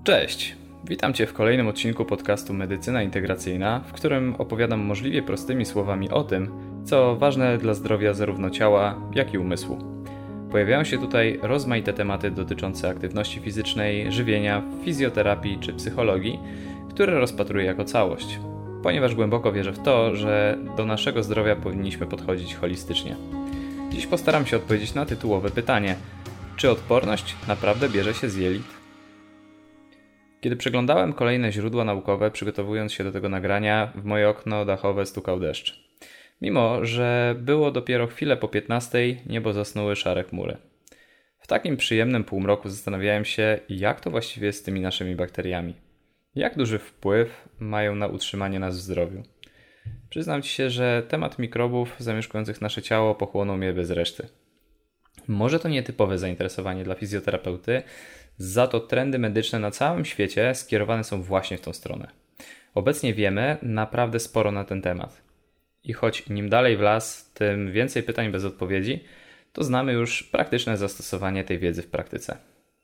Cześć! Witam Cię w kolejnym odcinku podcastu Medycyna Integracyjna, w którym opowiadam możliwie prostymi słowami o tym, co ważne dla zdrowia zarówno ciała, jak i umysłu. Pojawiają się tutaj rozmaite tematy dotyczące aktywności fizycznej, żywienia, fizjoterapii czy psychologii, które rozpatruję jako całość, ponieważ głęboko wierzę w to, że do naszego zdrowia powinniśmy podchodzić holistycznie. Dziś postaram się odpowiedzieć na tytułowe pytanie: czy odporność naprawdę bierze się z jelit? Kiedy przeglądałem kolejne źródła naukowe, przygotowując się do tego nagrania, w moje okno dachowe stukał deszcz. Mimo że było dopiero chwilę po 15:00, niebo zasnuły szare chmury. W takim przyjemnym półmroku zastanawiałem się, jak to właściwie jest z tymi naszymi bakteriami. Jak duży wpływ mają na utrzymanie nas w zdrowiu. Przyznam Ci się, że temat mikrobów zamieszkujących nasze ciało pochłonął mnie bez reszty. Może to nietypowe zainteresowanie dla fizjoterapeuty, za to trendy medyczne na całym świecie skierowane są właśnie w tą stronę. Obecnie wiemy naprawdę sporo na ten temat. I choć nim dalej w las, tym więcej pytań bez odpowiedzi, to znamy już praktyczne zastosowanie tej wiedzy w praktyce.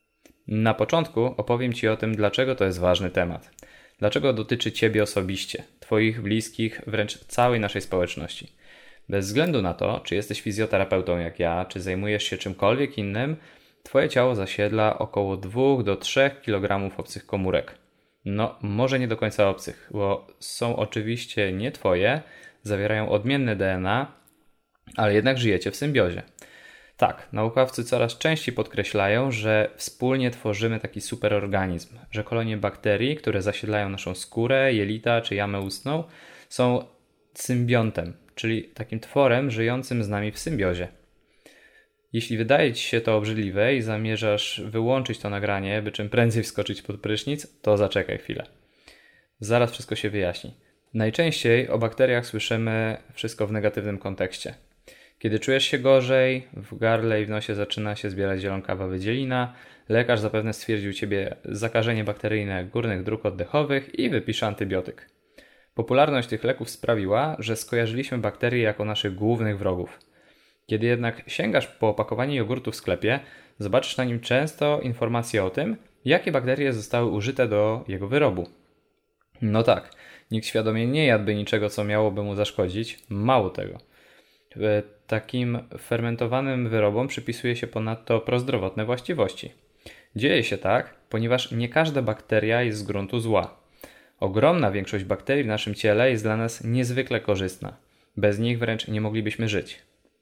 Na początku opowiem Ci o tym, dlaczego to jest ważny temat. Dlaczego dotyczy Ciebie osobiście, Twoich bliskich, wręcz całej naszej społeczności. Bez względu na to, czy jesteś fizjoterapeutą jak ja, czy zajmujesz się czymkolwiek innym, Twoje ciało zasiedla około 2 do 3 kg obcych komórek. No, może nie do końca obcych, bo są oczywiście nie Twoje, zawierają odmienne DNA, ale jednak żyjecie w symbiozie. Tak, naukowcy coraz częściej podkreślają, że wspólnie tworzymy taki superorganizm, że kolonie bakterii, które zasiedlają naszą skórę, jelita czy jamę ustną, są symbiontem, czyli takim tworem żyjącym z nami w symbiozie. Jeśli wydaje Ci się to obrzydliwe i zamierzasz wyłączyć to nagranie, by czym prędzej wskoczyć pod prysznic, to zaczekaj chwilę. Zaraz wszystko się wyjaśni. Najczęściej o bakteriach słyszymy wszystko w negatywnym kontekście. Kiedy czujesz się gorzej, w gardle i w nosie zaczyna się zbierać zielonkawa wydzielina, lekarz zapewne stwierdził Ciebie zakażenie bakteryjne górnych dróg oddechowych i wypisze antybiotyk. Popularność tych leków sprawiła, że skojarzyliśmy bakterie jako naszych głównych wrogów. Kiedy jednak sięgasz po opakowanie jogurtu w sklepie, zobaczysz na nim często informacje o tym, jakie bakterie zostały użyte do jego wyrobu. No tak, nikt świadomie nie jadłby niczego, co miałoby mu zaszkodzić. Mało tego. Takim fermentowanym wyrobom przypisuje się ponadto prozdrowotne właściwości. Dzieje się tak, ponieważ nie każda bakteria jest z gruntu zła. Ogromna większość bakterii w naszym ciele jest dla nas niezwykle korzystna. Bez nich wręcz nie moglibyśmy żyć.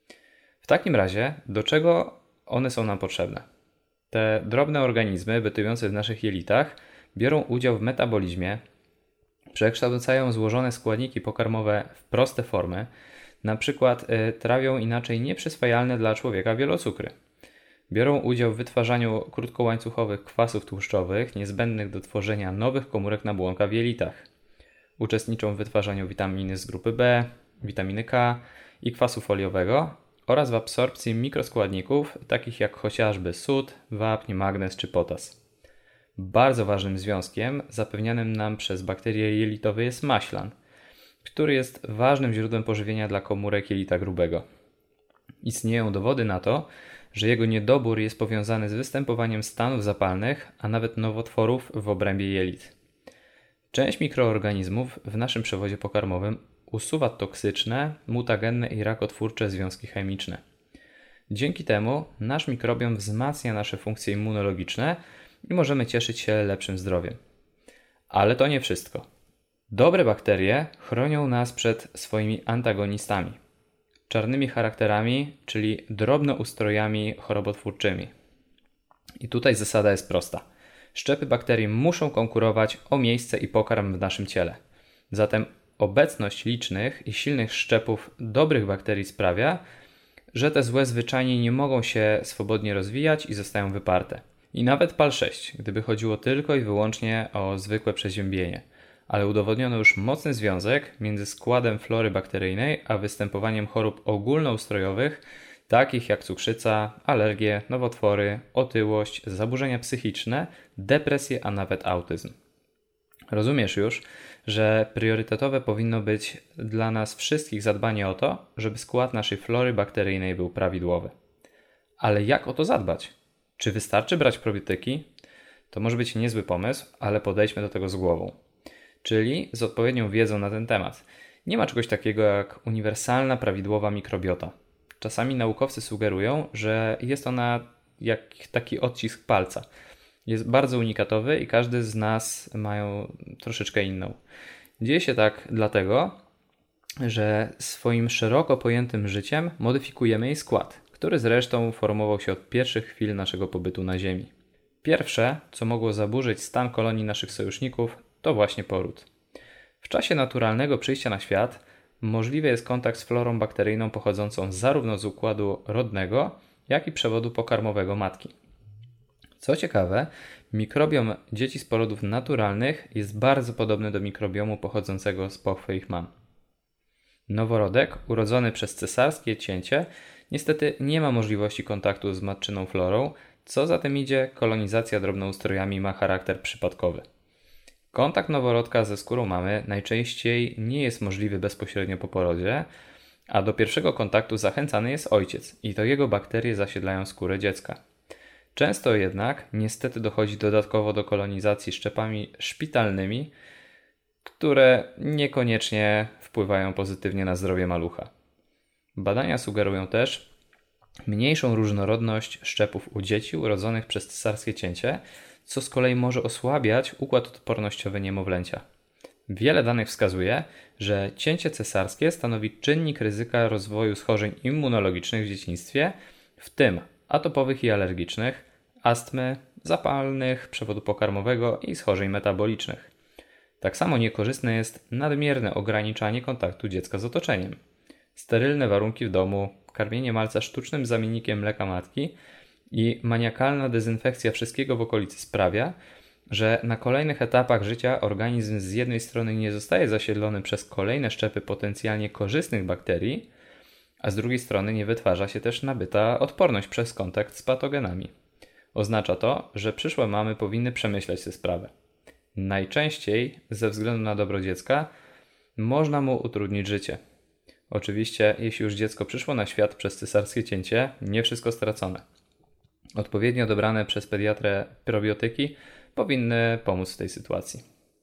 W takim razie, do czego one są nam potrzebne? Te drobne organizmy bytujące w naszych jelitach biorą udział w metabolizmie, przekształcają złożone składniki pokarmowe w proste formy, na przykład trawią inaczej nieprzyswajalne dla człowieka wielocukry. Biorą udział w wytwarzaniu krótkołańcuchowych kwasów tłuszczowych niezbędnych do tworzenia nowych komórek nabłonka w jelitach. Uczestniczą w wytwarzaniu witaminy z grupy B, witaminy K i kwasu foliowego oraz w absorpcji mikroskładników takich jak chociażby sód, wapń, magnez czy potas. Bardzo ważnym związkiem zapewnianym nam przez bakterie jelitowe jest maślan, który jest ważnym źródłem pożywienia dla komórek jelita grubego. Istnieją dowody na to, że jego niedobór jest powiązany z występowaniem stanów zapalnych, a nawet nowotworów w obrębie jelit. Część mikroorganizmów w naszym przewodzie pokarmowym usuwa toksyczne, mutagenne i rakotwórcze związki chemiczne. Dzięki temu nasz mikrobiom wzmacnia nasze funkcje immunologiczne i możemy cieszyć się lepszym zdrowiem. Ale to nie wszystko. Dobre bakterie chronią nas przed swoimi antagonistami, czarnymi charakterami, czyli drobnoustrojami chorobotwórczymi. I tutaj zasada jest prosta. Szczepy bakterii muszą konkurować o miejsce i pokarm w naszym ciele. Zatem obecność licznych i silnych szczepów dobrych bakterii sprawia, że te złe zwyczajnie nie mogą się swobodnie rozwijać i zostają wyparte. I nawet PAL-6, gdyby chodziło tylko i wyłącznie o zwykłe przeziębienie. Ale udowodniono już mocny związek między składem flory bakteryjnej a występowaniem chorób ogólnoustrojowych, takich jak cukrzyca, alergie, nowotwory, otyłość, zaburzenia psychiczne, depresję, a nawet autyzm. Rozumiesz już, że priorytetowe powinno być dla nas wszystkich zadbanie o to, żeby skład naszej flory bakteryjnej był prawidłowy. Ale jak o to zadbać? Czy wystarczy brać probiotyki? To może być niezły pomysł, ale podejdźmy do tego z głową. Czyli z odpowiednią wiedzą na ten temat. Nie ma czegoś takiego jak uniwersalna, prawidłowa mikrobiota. Czasami naukowcy sugerują, że jest ona jak taki odcisk palca. Jest bardzo unikatowy i każdy z nas ma ją troszeczkę inną. Dzieje się tak dlatego, że swoim szeroko pojętym życiem modyfikujemy jej skład, który zresztą formował się od pierwszych chwil naszego pobytu na Ziemi. Pierwsze, co mogło zaburzyć stan kolonii naszych sojuszników, to właśnie poród. W czasie naturalnego przyjścia na świat możliwy jest kontakt z florą bakteryjną pochodzącą zarówno z układu rodnego, jak i przewodu pokarmowego matki. Co ciekawe, mikrobiom dzieci z porodów naturalnych jest bardzo podobny do mikrobiomu pochodzącego z pochwy ich mam. Noworodek, urodzony przez cesarskie cięcie, niestety nie ma możliwości kontaktu z matczyną florą, co za tym idzie, kolonizacja drobnoustrojami ma charakter przypadkowy. Kontakt noworodka ze skórą mamy najczęściej nie jest możliwy bezpośrednio po porodzie, a do pierwszego kontaktu zachęcany jest ojciec i to jego bakterie zasiedlają skórę dziecka. Często jednak niestety dochodzi dodatkowo do kolonizacji szczepami szpitalnymi, które niekoniecznie wpływają pozytywnie na zdrowie malucha. Badania sugerują też mniejszą różnorodność szczepów u dzieci urodzonych przez cesarskie cięcie, co z kolei może osłabiać układ odpornościowy niemowlęcia. Wiele danych wskazuje, że cięcie cesarskie stanowi czynnik ryzyka rozwoju schorzeń immunologicznych w dzieciństwie, w tym atopowych i alergicznych, astmy, zapalnych, przewodu pokarmowego i schorzeń metabolicznych. Tak samo niekorzystne jest nadmierne ograniczanie kontaktu dziecka z otoczeniem. Sterylne warunki w domu, karmienie malca sztucznym zamiennikiem mleka matki i maniakalna dezynfekcja wszystkiego w okolicy sprawia, że na kolejnych etapach życia organizm z jednej strony nie zostaje zasiedlony przez kolejne szczepy potencjalnie korzystnych bakterii, a z drugiej strony nie wytwarza się też nabyta odporność przez kontakt z patogenami. Oznacza to, że przyszłe mamy powinny przemyśleć tę sprawę. Najczęściej, ze względu na dobro dziecka, można mu utrudnić życie. Oczywiście, jeśli już dziecko przyszło na świat przez cesarskie cięcie, nie wszystko stracone. Odpowiednio dobrane przez pediatrę probiotyki powinny pomóc w tej sytuacji.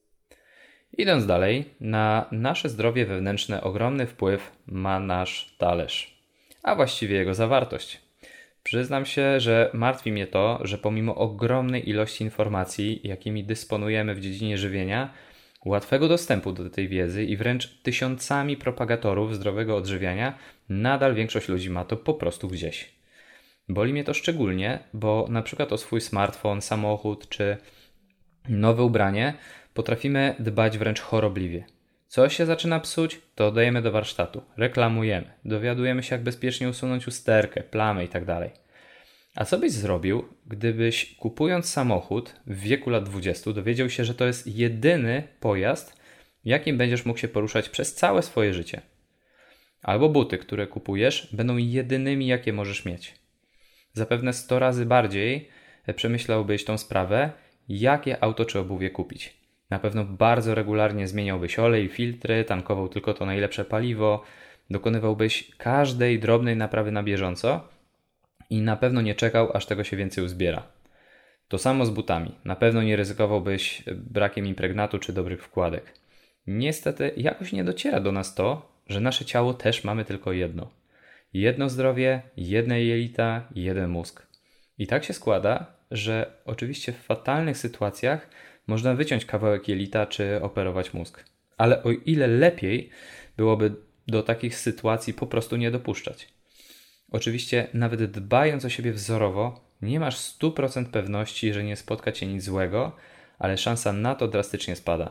Idąc dalej, na nasze zdrowie wewnętrzne ogromny wpływ ma nasz talerz, a właściwie jego zawartość. Przyznam się, że martwi mnie to, że pomimo ogromnej ilości informacji, jakimi dysponujemy w dziedzinie żywienia, łatwego dostępu do tej wiedzy i wręcz tysiącami propagatorów zdrowego odżywiania, nadal większość ludzi ma to po prostu gdzieś. Boli mnie to szczególnie, bo na przykład o swój smartfon, samochód czy nowe ubranie potrafimy dbać wręcz chorobliwie. Coś się zaczyna psuć, to oddajemy do warsztatu, reklamujemy, dowiadujemy się jak bezpiecznie usunąć usterkę, plamę itd. A co byś zrobił, gdybyś kupując samochód w wieku lat 20 dowiedział się, że to jest jedyny pojazd, jakim będziesz mógł się poruszać przez całe swoje życie? Albo buty, które kupujesz, będą jedynymi, jakie możesz mieć. Zapewne 100 razy bardziej przemyślałbyś tą sprawę, jakie auto czy obuwie kupić. Na pewno bardzo regularnie zmieniałbyś olej i filtry, tankował tylko to najlepsze paliwo, dokonywałbyś każdej drobnej naprawy na bieżąco i na pewno nie czekał, aż tego się więcej uzbiera. To samo z butami. Na pewno nie ryzykowałbyś brakiem impregnatu czy dobrych wkładek. Niestety jakoś nie dociera do nas to, że nasze ciało też mamy tylko jedno. Jedno zdrowie, jedne jelita, jeden mózg. I tak się składa, że oczywiście w fatalnych sytuacjach można wyciąć kawałek jelita czy operować mózg. Ale o ile lepiej byłoby do takich sytuacji po prostu nie dopuszczać. Oczywiście nawet dbając o siebie wzorowo, nie masz 100% pewności, że nie spotka cię nic złego, ale szansa na to drastycznie spada.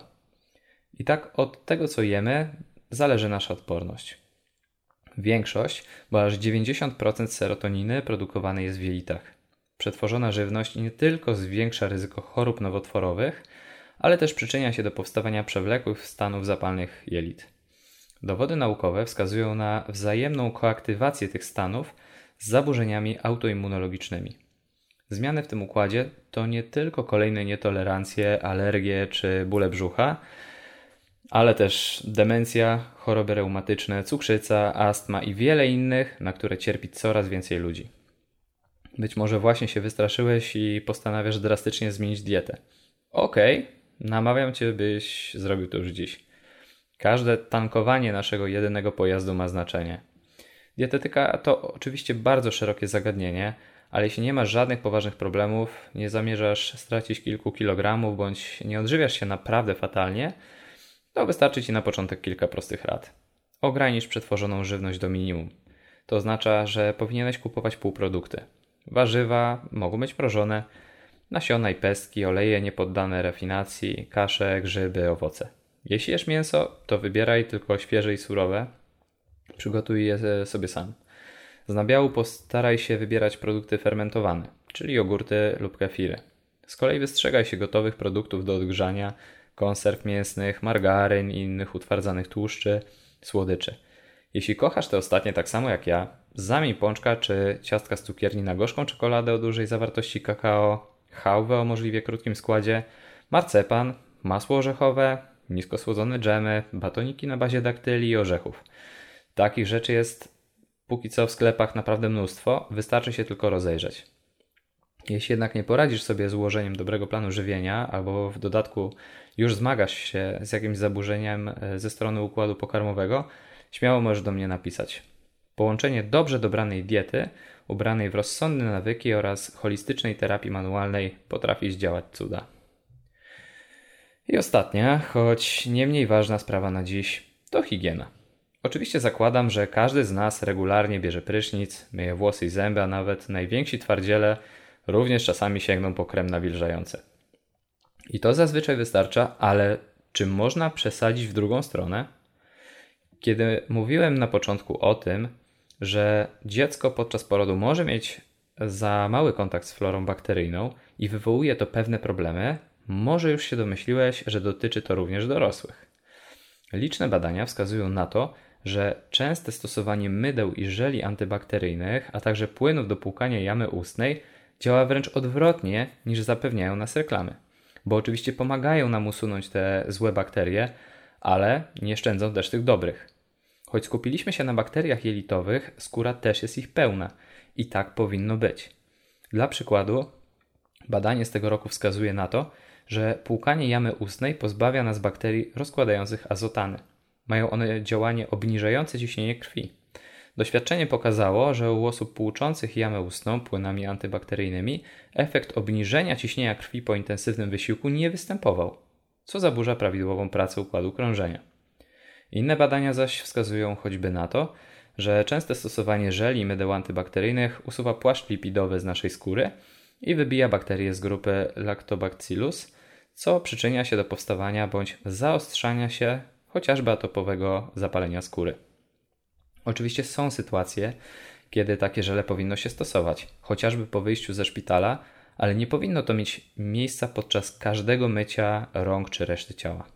I tak od tego, co jemy, zależy nasza odporność. Większość, bo aż 90% serotoniny produkowanej jest w jelitach. Przetworzona żywność nie tylko zwiększa ryzyko chorób nowotworowych, ale też przyczynia się do powstawania przewlekłych stanów zapalnych jelit. Dowody naukowe wskazują na wzajemną koaktywację tych stanów z zaburzeniami autoimmunologicznymi. Zmiany w tym układzie to nie tylko kolejne nietolerancje, alergie czy bóle brzucha, ale też demencja, choroby reumatyczne, cukrzyca, astma i wiele innych, na które cierpi coraz więcej ludzi. Być może właśnie się wystraszyłeś i postanawiasz drastycznie zmienić dietę. Okej, namawiam Cię, byś zrobił to już dziś. Każde tankowanie naszego jedynego pojazdu ma znaczenie. Dietetyka to oczywiście bardzo szerokie zagadnienie, ale jeśli nie masz żadnych poważnych problemów, nie zamierzasz stracić kilku kilogramów bądź nie odżywiasz się naprawdę fatalnie, to wystarczy Ci na początek kilka prostych rad. Ogranicz przetworzoną żywność do minimum. To oznacza, że powinieneś kupować półprodukty. Warzywa mogą być mrożone, nasiona i pestki, oleje niepoddane refinacji, kasze, grzyby, owoce. Jeśli jesz mięso, to wybieraj tylko świeże i surowe. Przygotuj je sobie sam. Z nabiału postaraj się wybierać produkty fermentowane, czyli jogurty lub kefiry. Z kolei wystrzegaj się gotowych produktów do odgrzania, konserw mięsnych, margaryn i innych utwardzanych tłuszczy, słodyczy. Jeśli kochasz te ostatnie tak samo jak ja, zamień pączka czy ciastka z cukierni na gorzką czekoladę o dużej zawartości kakao, chałwę o możliwie krótkim składzie, marcepan, masło orzechowe, niskosłodzone dżemy, batoniki na bazie daktyli i orzechów. Takich rzeczy jest póki co w sklepach naprawdę mnóstwo, wystarczy się tylko rozejrzeć. Jeśli jednak nie poradzisz sobie z ułożeniem dobrego planu żywienia, albo w dodatku już zmagasz się z jakimś zaburzeniem ze strony układu pokarmowego, śmiało możesz do mnie napisać. Połączenie dobrze dobranej diety, ubranej w rozsądne nawyki oraz holistycznej terapii manualnej potrafi zdziałać cuda. I ostatnia, choć nie mniej ważna sprawa na dziś, to higiena. Oczywiście zakładam, że każdy z nas regularnie bierze prysznic, myje włosy i zęby, a nawet najwięksi twardziele również czasami sięgną po krem nawilżający. I to zazwyczaj wystarcza, ale czy można przesadzić w drugą stronę? Kiedy mówiłem na początku o tym, że dziecko podczas porodu może mieć za mały kontakt z florą bakteryjną i wywołuje to pewne problemy, może już się domyśliłeś, że dotyczy to również dorosłych. Liczne badania wskazują na to, że częste stosowanie mydeł i żeli antybakteryjnych, a także płynów do płukania jamy ustnej działa wręcz odwrotnie niż zapewniają nas reklamy. Bo oczywiście pomagają nam usunąć te złe bakterie, ale nie szczędzą też tych dobrych. Choć skupiliśmy się na bakteriach jelitowych, skóra też jest ich pełna i tak powinno być. Dla przykładu, badanie z tego roku wskazuje na to, że płukanie jamy ustnej pozbawia nas bakterii rozkładających azotany. Mają one działanie obniżające ciśnienie krwi. Doświadczenie pokazało, że u osób płuczących jamę ustną płynami antybakteryjnymi efekt obniżenia ciśnienia krwi po intensywnym wysiłku nie występował, co zaburza prawidłową pracę układu krążenia. Inne badania zaś wskazują choćby na to, że częste stosowanie żeli i mydeł antybakteryjnych usuwa płaszcz lipidowy z naszej skóry i wybija bakterie z grupy Lactobacillus, co przyczynia się do powstawania bądź zaostrzania się chociażby atopowego zapalenia skóry. Oczywiście są sytuacje, kiedy takie żele powinno się stosować, chociażby po wyjściu ze szpitala, ale nie powinno to mieć miejsca podczas każdego mycia rąk czy reszty ciała.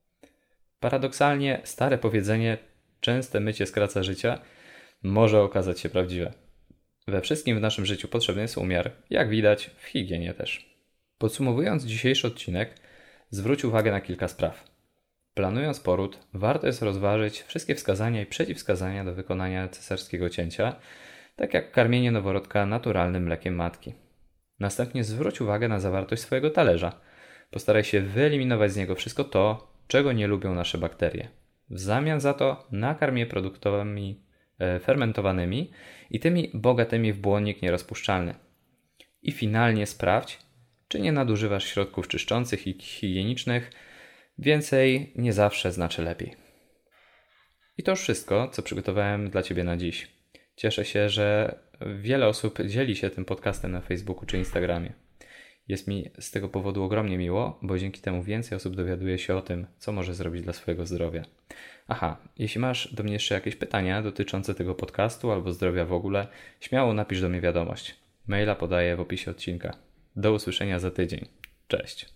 Paradoksalnie stare powiedzenie częste mycie skraca życia może okazać się prawdziwe. We wszystkim w naszym życiu potrzebny jest umiar, jak widać w higienie też. Podsumowując dzisiejszy odcinek, zwróć uwagę na kilka spraw. Planując poród, warto jest rozważyć wszystkie wskazania i przeciwwskazania do wykonania cesarskiego cięcia, tak jak karmienie noworodka naturalnym mlekiem matki. Następnie zwróć uwagę na zawartość swojego talerza. Postaraj się wyeliminować z niego wszystko to, czego nie lubią nasze bakterie. W zamian za to nakarm je produktami fermentowanymi i tymi bogatymi w błonnik nierozpuszczalny. I finalnie sprawdź, czy nie nadużywasz środków czyszczących i higienicznych. Więcej nie zawsze znaczy lepiej. I to już wszystko, co przygotowałem dla Ciebie na dziś. Cieszę się, że wiele osób dzieli się tym podcastem na Facebooku czy Instagramie. Jest mi z tego powodu ogromnie miło, bo dzięki temu więcej osób dowiaduje się o tym, co może zrobić dla swojego zdrowia. Aha, jeśli masz do mnie jeszcze jakieś pytania dotyczące tego podcastu albo zdrowia w ogóle, śmiało napisz do mnie wiadomość. Maila podaję w opisie odcinka. Do usłyszenia za tydzień. Cześć.